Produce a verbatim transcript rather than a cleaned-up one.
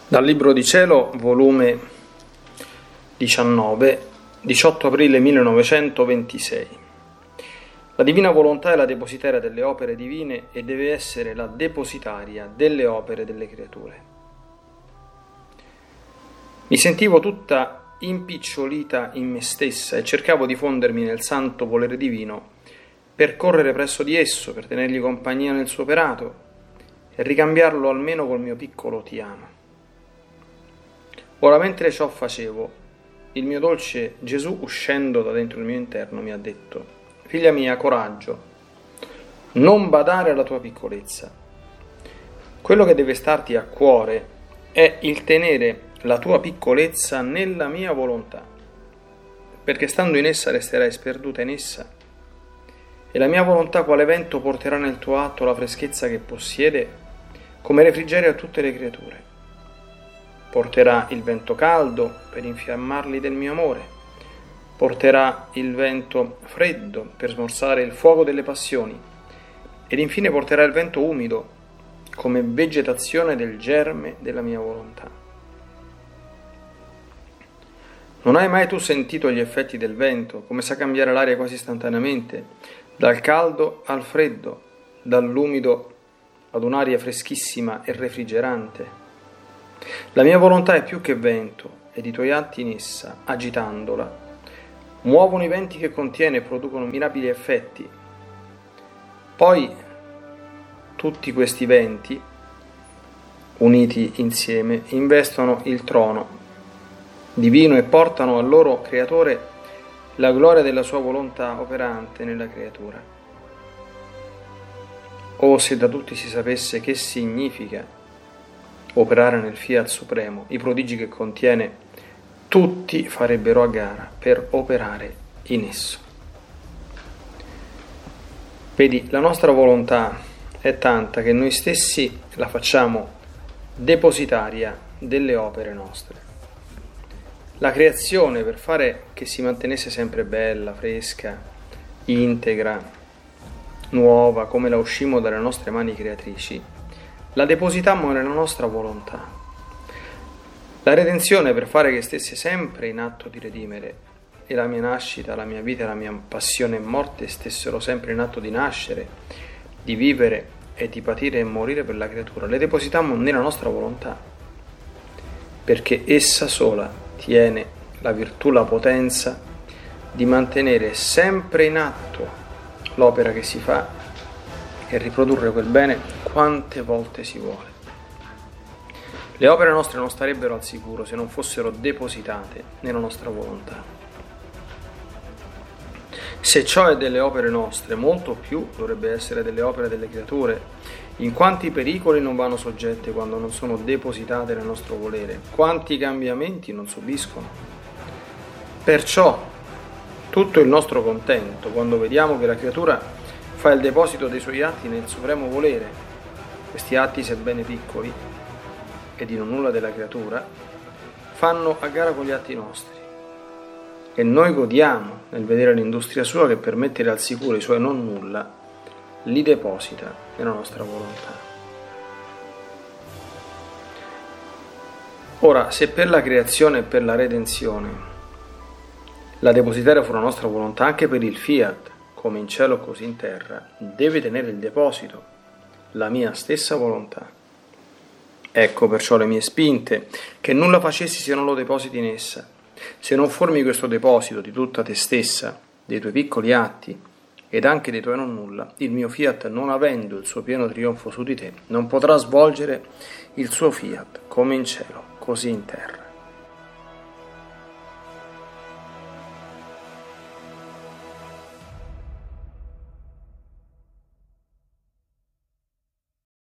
Dal Libro di Cielo, volume diciannove, diciotto aprile millenovecentoventisei. La divina volontà è la depositaria delle opere divine e deve essere la depositaria delle opere delle creature. Mi sentivo tutta impicciolita in me stessa e cercavo di fondermi nel santo volere divino per correre presso di esso, per tenergli compagnia nel suo operato e ricambiarlo almeno col mio piccolo ti amo. Ora, mentre ciò facevo, il mio dolce Gesù, uscendo da dentro il mio interno, mi ha detto: figlia mia, coraggio, non badare alla tua piccolezza. Quello che deve starti a cuore è il tenere la tua piccolezza nella mia volontà, perché stando in essa resterai sperduta in essa, e la mia volontà quale vento porterà nel tuo atto la freschezza che possiede come refrigerio a tutte le creature. Porterà il vento caldo per infiammarli del mio amore, porterà il vento freddo per smorzare il fuoco delle passioni, ed infine porterà il vento umido come vegetazione del germe della mia volontà. Non hai mai tu sentito gli effetti del vento, come sa cambiare l'aria quasi istantaneamente, dal caldo al freddo, dall'umido ad un'aria freschissima e refrigerante? La mia volontà è più che vento, ed i tuoi atti in essa, agitandola, muovono i venti che contiene e producono mirabili effetti. Poi tutti questi venti, uniti insieme, investono il trono divino e portano al loro creatore la gloria della sua volontà operante nella creatura. Oh, se da tutti si sapesse che significa operare nel Fiat Supremo, i prodigi che contiene, tutti farebbero a gara per operare in esso. Vedi, la nostra volontà è tanta che noi stessi la facciamo depositaria delle opere nostre. La creazione, per fare che si mantenesse sempre bella, fresca, integra, nuova, come la uscimmo dalle nostre mani creatrici, la depositammo nella nostra volontà. La redenzione, per fare che stesse sempre in atto di redimere, e la mia nascita, la mia vita, la mia passione e morte stessero sempre in atto di nascere, di vivere e di patire e morire per la creatura, le depositammo nella nostra volontà, perché essa sola tiene la virtù, la potenza di mantenere sempre in atto l'opera che si fa e riprodurre quel bene quante volte si vuole. Le opere nostre non starebbero al sicuro se non fossero depositate nella nostra volontà. Se ciò è delle opere nostre, molto più dovrebbe essere delle opere delle creature, in quanti pericoli non vanno soggette quando non sono depositate nel nostro volere, quanti cambiamenti non subiscono. Perciò tutto il nostro contento quando vediamo che la creatura fa il deposito dei suoi atti nel supremo volere. Questi atti, sebbene piccoli e di non nulla della creatura, fanno a gara con gli atti nostri, e noi godiamo nel vedere l'industria sua che per mettere al sicuro i suoi non nulla li deposita nella nostra volontà. Ora, se per la creazione e per la redenzione la depositaria fu la nostra volontà, anche per il Fiat, come in cielo così in terra, deve tenere il deposito la mia stessa volontà. Ecco perciò le mie spinte, che nulla facessi se non lo depositi in essa. Se non formi questo deposito di tutta te stessa, dei tuoi piccoli atti ed anche dei tuoi non nulla, il mio Fiat, non avendo il suo pieno trionfo su di te, non potrà svolgere il suo Fiat come in cielo così in terra.